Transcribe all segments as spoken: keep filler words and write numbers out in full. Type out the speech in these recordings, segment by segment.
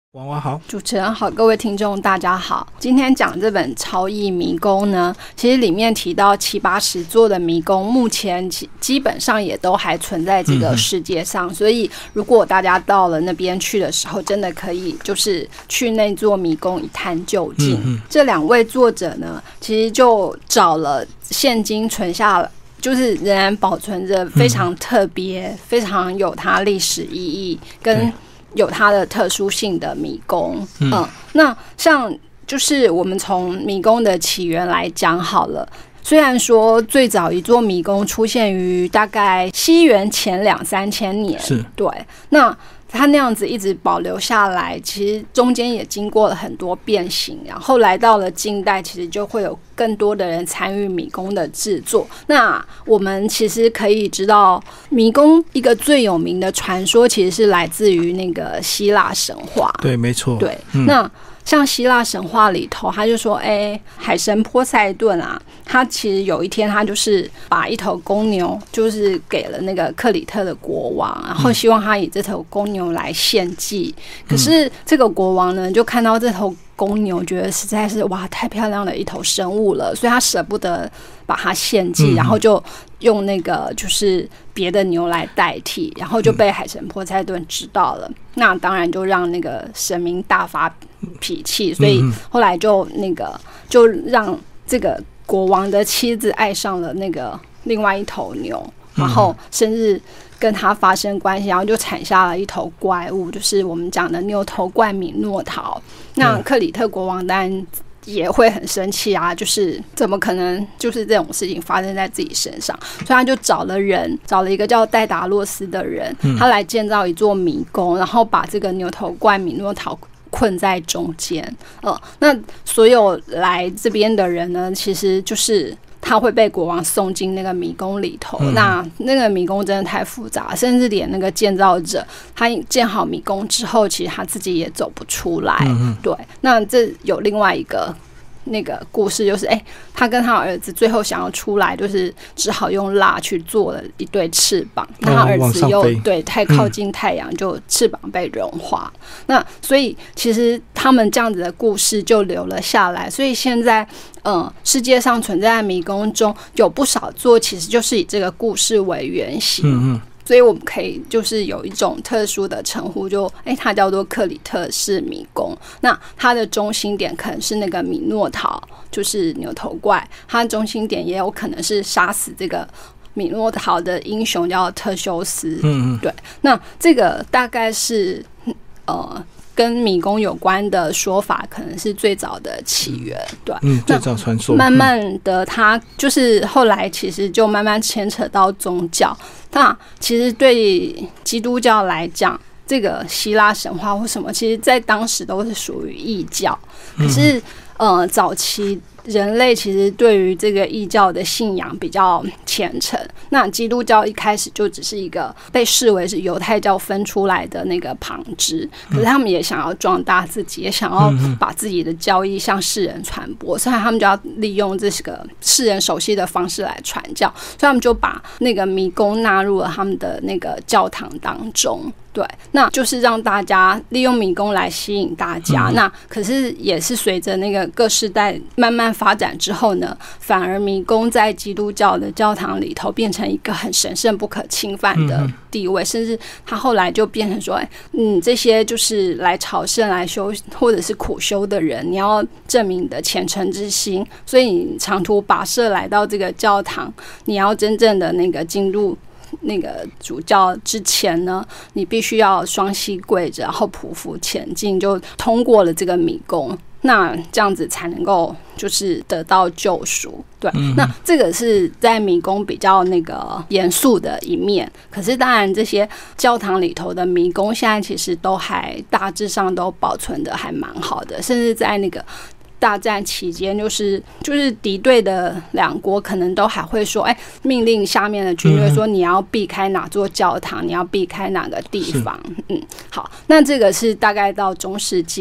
娃娃好， 主持人好，各位听众大家好。今天讲这本《超异迷宫》呢，其实里面提到七八十座的迷宫，目前基本上也都还存在这个世界上，嗯、所以如果大家到了那边去的时候，真的可以就是去那座迷宫一探究竟。嗯嗯这两位作者呢，其实就找了现今存下来。就是仍然保存着非常特别、嗯、非常有它历史意义跟有它的特殊性的迷宫。嗯, 嗯，那像就是我们从迷宫的起源来讲好了。虽然说最早一座迷宫出现于大概西元前两三千年， 是对，那它那样子一直保留下来，其实中间也经过了很多变形，然后来到了近代，其实就会有更多的人参与迷宫的制作。那我们其实可以知道，迷宫一个最有名的传说，其实是来自于那个希腊神话。 对，没错。 对， 嗯、 那。像希腊神话里头，他就说，哎、欸，海神波塞顿啊，他其实有一天他就是把一头公牛，就是给了那个克里特的国王，然后希望他以这头公牛来献祭。可是这个国王呢，就看到这头公牛，觉得实在是哇太漂亮的一头生物了，所以他舍不得把它献祭，然后就用那个就是别的牛来代替，然后就被海神波塞顿知道了。那当然就让那个神明大发脾气，所以后来就那个就让这个国王的妻子爱上了那个另外一头牛，然后甚至跟他发生关系，然后就产下了一头怪物，就是我们讲的牛头怪米诺陶。那克里特国王当然也会很生气啊，就是怎么可能就是这种事情发生在自己身上，所以他就找了人，找了一个叫戴达洛斯的人，他来建造一座迷宫，然后把这个牛头怪米诺陶困在中间。呃，那所有来这边的人呢，其实就是他会被国王送进那个迷宫里头。嗯、那那个迷宫真的太复杂，甚至连那个建造者他建好迷宫之后，其实他自己也走不出来。嗯、对，那这有另外一个那个故事，就是哎、欸，他跟他儿子最后想要出来，就是只好用蜡去做了一对翅膀。那、哦、他儿子又对太靠近太阳，就翅膀被融化。嗯、那所以其实他们这样子的故事就留了下来。所以现在，嗯，世界上存在的迷宫中有不少座，其实就是以这个故事为原型。嗯嗯。所以我们可以就是有一种特殊的称呼，就哎、欸，它叫做克里特式迷宫。那它的中心点可能是那个米诺陶，就是牛头怪。它的中心点也有可能是杀死这个米诺陶的英雄，叫特修斯。嗯嗯，对。那这个大概是呃。跟迷宫有关的说法，可能是最早的起源，对， 嗯，最早传说。 慢慢的，它就是后来其实就慢慢牵扯到宗教。那其实对基督教来讲，这个希腊神话或什么，其实在当时都是属于异教。可是，呃，早期人类其实对于这个异教的信仰比较虔诚，那基督教一开始就只是一个被视为是犹太教分出来的那个旁支，可是他们也想要壮大自己，也想要把自己的教义向世人传播，所以他们就要利用这个世人熟悉的方式来传教，所以他们就把那个迷宫纳入了他们的那个教堂当中。对，那就是让大家利用迷宫来吸引大家。嗯、那可是也是随着那个各世代慢慢发展之后呢，反而迷宫在基督教的教堂里头变成一个很神圣不可侵犯的地位，嗯、甚至他后来就变成说，哎，嗯，这些就是来朝圣、来修或者是苦修的人，你要证明你的虔诚之心，所以你长途跋涉来到这个教堂，你要真正的那个进入那个主教之前呢，你必须要双膝跪着，然后匍匐前进，就通过了这个迷宫。那这样子才能够就是得到救赎。对，嗯、那这个是在迷宫比较那个严肃的一面。可是当然，这些教堂里头的迷宫现在其实都还大致上都保存的还蛮好的，甚至在那个大战期间，就是就是敌对的两国可能都还会说，哎，命令下面的军队说你要避开哪座教堂，你要避开哪个地方。嗯，好，那这个是大概到中世纪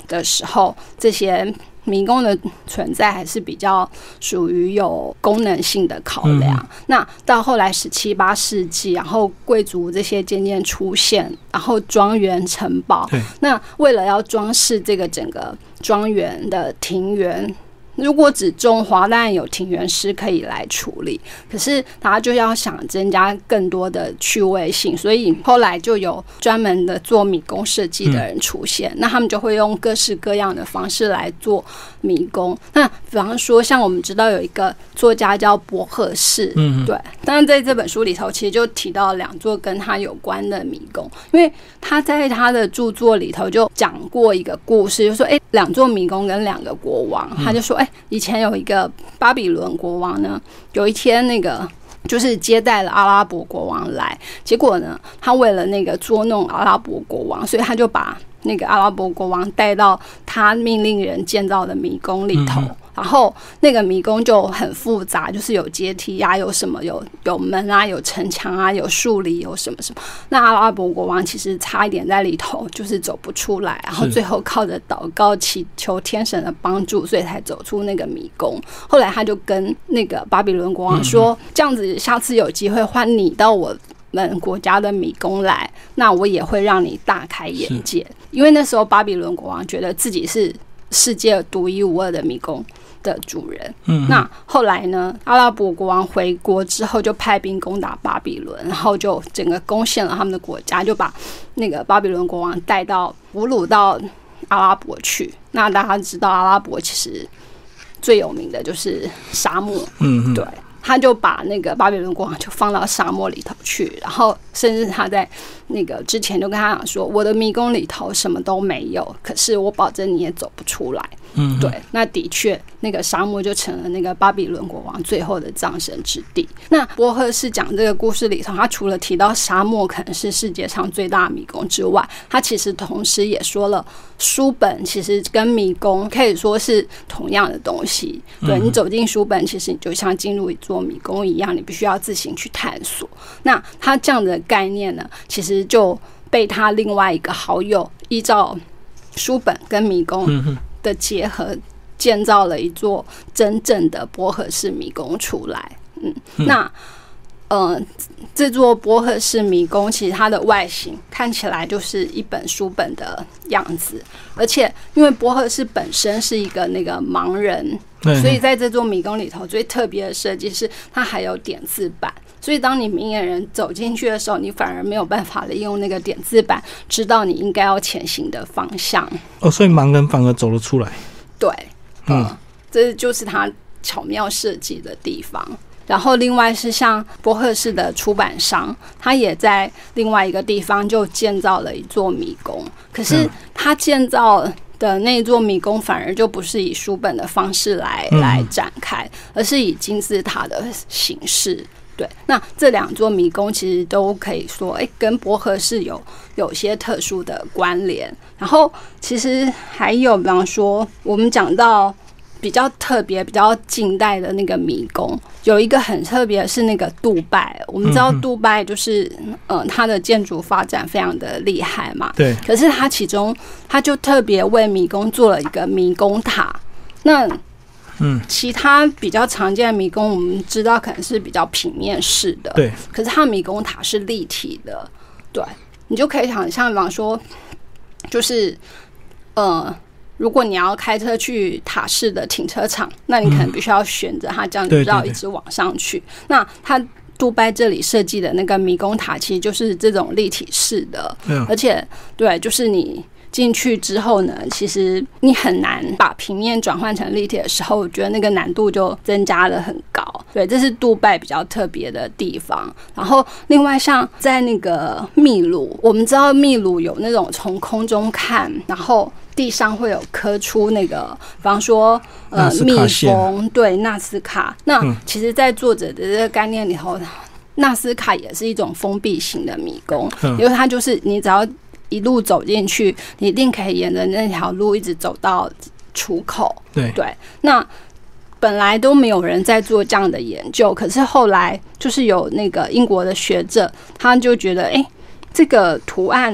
的时候，这些迷宫的存在还是比较属于有功能性的考量。嗯、那到后来十七八世纪，然后贵族这些渐渐出现，然后庄园城堡，那为了要装饰这个整个庄园的庭园。如果只种花，当然有庭园师可以来处理，可是他就要想增加更多的趣味性，所以后来就有专门的做迷宫设计的人出现、嗯、那他们就会用各式各样的方式来做迷宫。那比方说像我们知道有一个作家叫博赫士，嗯，对，当然在这本书里头其实就提到两座跟他有关的迷宫，因为他在他的著作里头就讲过一个故事，就说哎，两座迷宫跟两个国王，他就说哎，以前有一个巴比伦国王呢，有一天那个就是接待了阿拉伯国王来，结果呢，他为了那个捉弄阿拉伯国王，所以他就把那个阿拉伯国王带到他命令人建造的迷宫里头。嗯，然后那个迷宫就很复杂，就是有阶梯啊，有什么有有门啊，有城墙啊，有树篱，有什么什么。那阿拉伯国王其实差一点在里头就是走不出来，然后最后靠着祷告祈求天神的帮助，所以才走出那个迷宫。后来他就跟那个巴比伦国王说，嗯、这样子下次有机会换你到我们国家的迷宫来，那我也会让你大开眼界。因为那时候巴比伦国王觉得自己是世界独一无二的迷宫的主人。嗯，那后来呢，阿拉伯国王回国之后就派兵攻打巴比伦，然后就整个攻陷了他们的国家，就把那个巴比伦国王带到俘虏到阿拉伯去。那大家知道阿拉伯其实最有名的就是沙漠。嗯，对，他就把那个巴比伦国王就放到沙漠里头去，然后甚至他在那个之前就跟他讲说，我的迷宫里头什么都没有，可是我保证你也走不出来。嗯，对，那的确那个沙漠就成了那个巴比伦国王最后的葬身之地。那波赫士讲这个故事里头，他除了提到沙漠可能是世界上最大的迷宫之外，他其实同时也说了书本其实跟迷宫可以说是同样的东西。对，你走进书本，其实你就像进入一座迷宫一样，你必须要自行去探索。那他这样的概念呢，其实就被他另外一个好友依照书本跟迷宫的结合，建造了一座真正的波赫士迷宫出来。嗯，那呃，这座波赫士迷宫其实它的外形看起来就是一本书本的样子，而且因为波赫士本身是一个那个盲人，所以在这座迷宫里头最特别的设计是它还有点字板。所以当你明眼人走进去的时候，你反而没有办法利用那个点字板知道你应该要前行的方向。 哦，所以盲人反而走了出来。 对，嗯，嗯这就是他巧妙设计的地方。然后另外是像波赫士的出版商，他也在另外一个地方就建造了一座迷宫，可是他建造的那座迷宫反而就不是以书本的方式来、嗯、来展开，而是以金字塔的形式。对，那这两座迷宫其实都可以说，哎，跟波赫士有有些特殊的关联。然后其实还有，比方说我们讲到比较特别、比较近代的那个迷宫，有一个很特别的是那个杜拜。我们知道杜拜就是嗯、呃，它的建筑发展非常的厉害嘛。 对。 可是它其中，它就特别为迷宫做了一个迷宫塔。那嗯，其他比较常见的迷宫，我们知道可能是比较平面式的， 对。 可是它的迷宫塔是立体的，对，你就可以想象，比方说，就是呃，如果你要开车去塔式的停车场，那你可能必须要选择它这样子绕一直往上去。嗯、那它杜拜这里设计的那个迷宫塔，其实就是这种立体式的，嗯、而且对，就是你进去之后呢，其实你很难把平面转换成立体的时候，我觉得那个难度就增加了很高。对，这是杜拜比较特别的地方。然后另外像在那个秘鲁，我们知道秘鲁有那种从空中看，然后地上会有刻出那个，比方说呃蜜蜂，对，纳斯卡。那其实在作者的这个概念里头，纳斯卡也是一种封闭型的迷宫，因为它就是你只要一路走进去，你一定可以沿着那条路一直走到出口。 对对，那本来都没有人在做这样的研究，可是后来就是有那个英国的学者，他就觉得，哎、欸，这个图案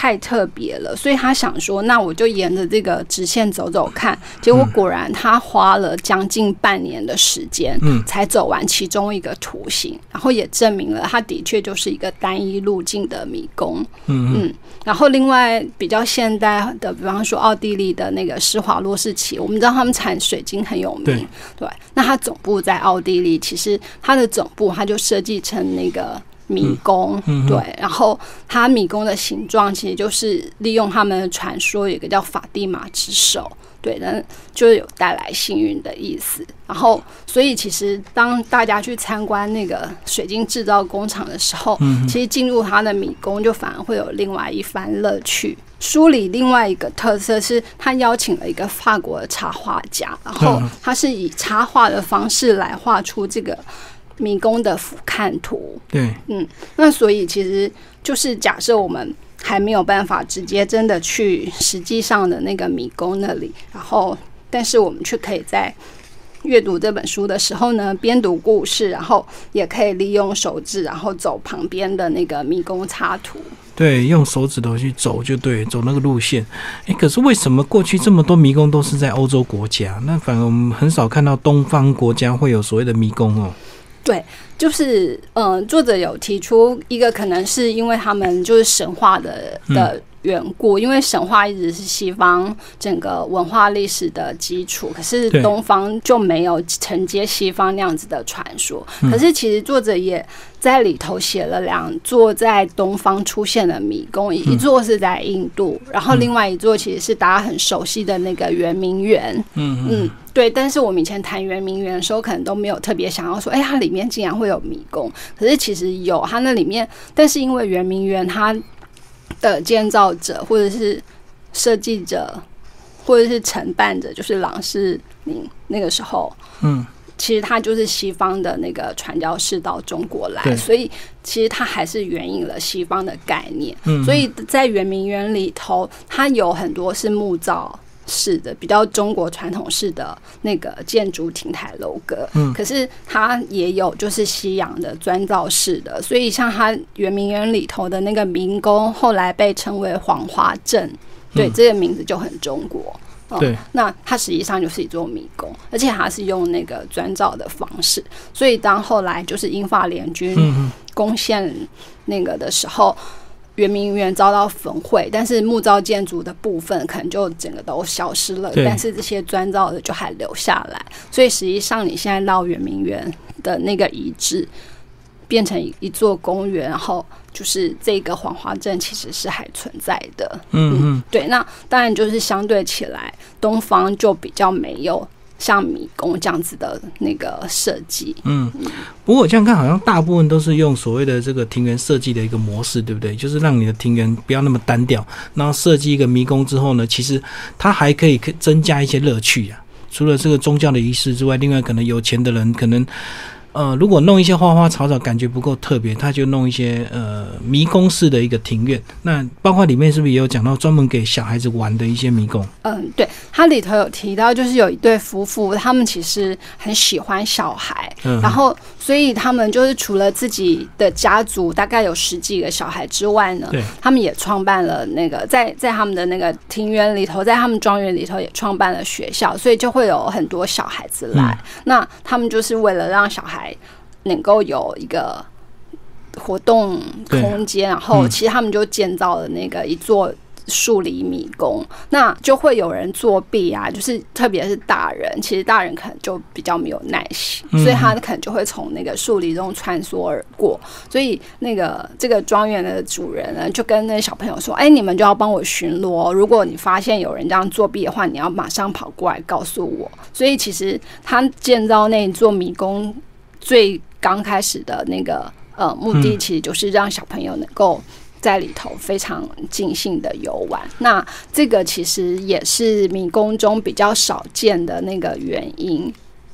太特别了，所以他想说，那我就沿着这个直线走走看。结果果然他花了将近半年的时间，嗯，才走完其中一个图形，然后也证明了它的确就是一个单一路径的迷宫。嗯嗯。然后另外比较现代的，比方说奥地利的那个施华洛世奇，我们知道他们产水晶很有名， 对, 对，那它总部在奥地利，其实它的总部它就设计成那个迷宫，嗯嗯、对，然后它迷宫的形状其实就是利用他们的传说，有一个叫法蒂玛之手。对，那就是有带来幸运的意思。然后，所以其实当大家去参观那个水晶制造工厂的时候，嗯、其实进入它的迷宫就反而会有另外一番乐趣。书里另外一个特色是，他邀请了一个法国的插画家，然后他是以插画的方式来画出这个迷宫的俯瞰图。 对， 嗯，那所以其实就是假设我们还没有办法直接真的去实际上的那个迷宫那里，然后但是我们却可以在阅读这本书的时候呢，边读故事，然后也可以利用手指，然后走旁边的那个迷宫插图。 对，用手指头去走就对，走那个路线。哎，可是为什么过去这么多迷宫都是在欧洲国家，那反而我们很少看到东方国家会有所谓的迷宫哦？ 对，就是呃，作者有提出一个可能是因为他们就是神话的的缘故，因为神话一直是西方整个文化历史的基础，可是东方就没有承接西方那样子的传说。可是其实作者也在里头写了两座在东方出现的迷宫，一座是在印度，然后另外一座其实是大家很熟悉的那个圆明园。嗯嗯，对。但是我们以前谈圆明园的时候，可能都没有特别想要说，哎，它里面竟然会有迷宫。可是其实有，它那里面，但是因为圆明园它的建造者或者是设计者或者是承办者就是郎世宁，那个时候，嗯，其实他就是西方的那个传教士到中国来，所以其实他还是援引了西方的概念。嗯，所以在圆明园里头，它有很多是木造式的比较中国传统式的那个建筑亭台楼阁，嗯，可是它也有就是西洋的砖造式的，所以像它圆明园里头的那个迷宫，后来被称为黄花镇，对，嗯，这个名字就很中国。嗯，对，那它实际上就是一座迷宫，而且它是用那个砖造的方式，所以当后来就是英法联军攻陷那个的时候，圆明园遭到焚毁，但是木造建筑的部分可能就整个都消失了，但是这些砖造的就还留下来，所以实际上你现在到圆明园的那个遗址变成一座公园，然后就是这个黄花镇其实是还存在的。嗯嗯，对，那当然就是相对起来，东方就比较没有像迷宫这样子的那个设计。嗯， 不过我这样看，好像大部分都是用所谓的这个庭园设计的一个模式，对不对？就是让你的庭园不要那么单调，然后设计一个迷宫之后呢，其实它还可以增加一些乐趣啊。除了这个宗教的仪式之外，另外可能有钱的人可能。呃，如果弄一些花花草草感觉不够特别，他就弄一些呃迷宫式的一个庭院。那包括里面是不是也有讲到专门给小孩子玩的一些迷宫？ 嗯，对，它里头有提到，就是有一对夫妇，他们其实很喜欢小孩，嗯，然后所以他们就是除了自己的家族大概有十几个小孩之外呢，他们也创办了那个在在他们的那个庭院里头，在他们庄园里头也创办了学校，所以就会有很多小孩子来。嗯，那他们就是为了让小孩能够有一个活动空间，然后其实他们就建造了那个一座数厘迷宫，那就会有人作弊啊，就是特别是大人，其实大人可能就比较没有耐心，所以他可能就会从那个树篱中穿梭而过，所以那个这个庄园的主人呢，就跟那小朋友说，哎，你们就要帮我巡逻，如果你发现有人这样作弊的话，你要马上跑过来告诉我。所以其实他建造那一座迷宫最刚开始的那个呃目的，其实就是让小朋友能够在里头非常尽兴的游玩。那这个其实也是迷宫中比较少见的那个原因。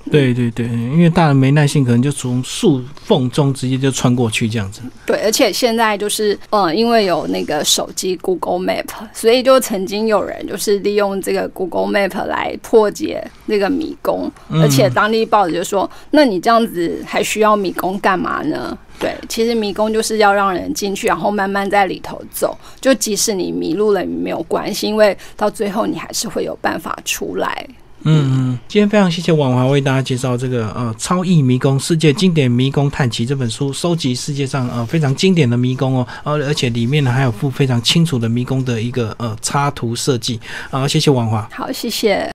对对对，因为大人没耐性，可能就从树缝中直接就穿过去这样子。 对，而且现在就是呃，因为有那个手机 Google Map， 所以就曾经有人就是利用这个 Google Map 来破解那个迷宫， 嗯、 而且当地报纸就说，那你这样子还需要迷宫干嘛呢？对，其实迷宫就是要让人进去，然后慢慢在里头走，就即使你迷路了也没有关系，因为到最后你还是会有办法出来。 嗯嗯，今天非常谢谢婉华为大家介绍这个呃《超异迷宫：世界经典迷宫探奇》这本书，收集世界上呃非常经典的迷宫哦，呃而且里面呢还有附非常清楚的迷宫的一个呃插图设计啊、呃，谢谢婉华。 好，谢谢。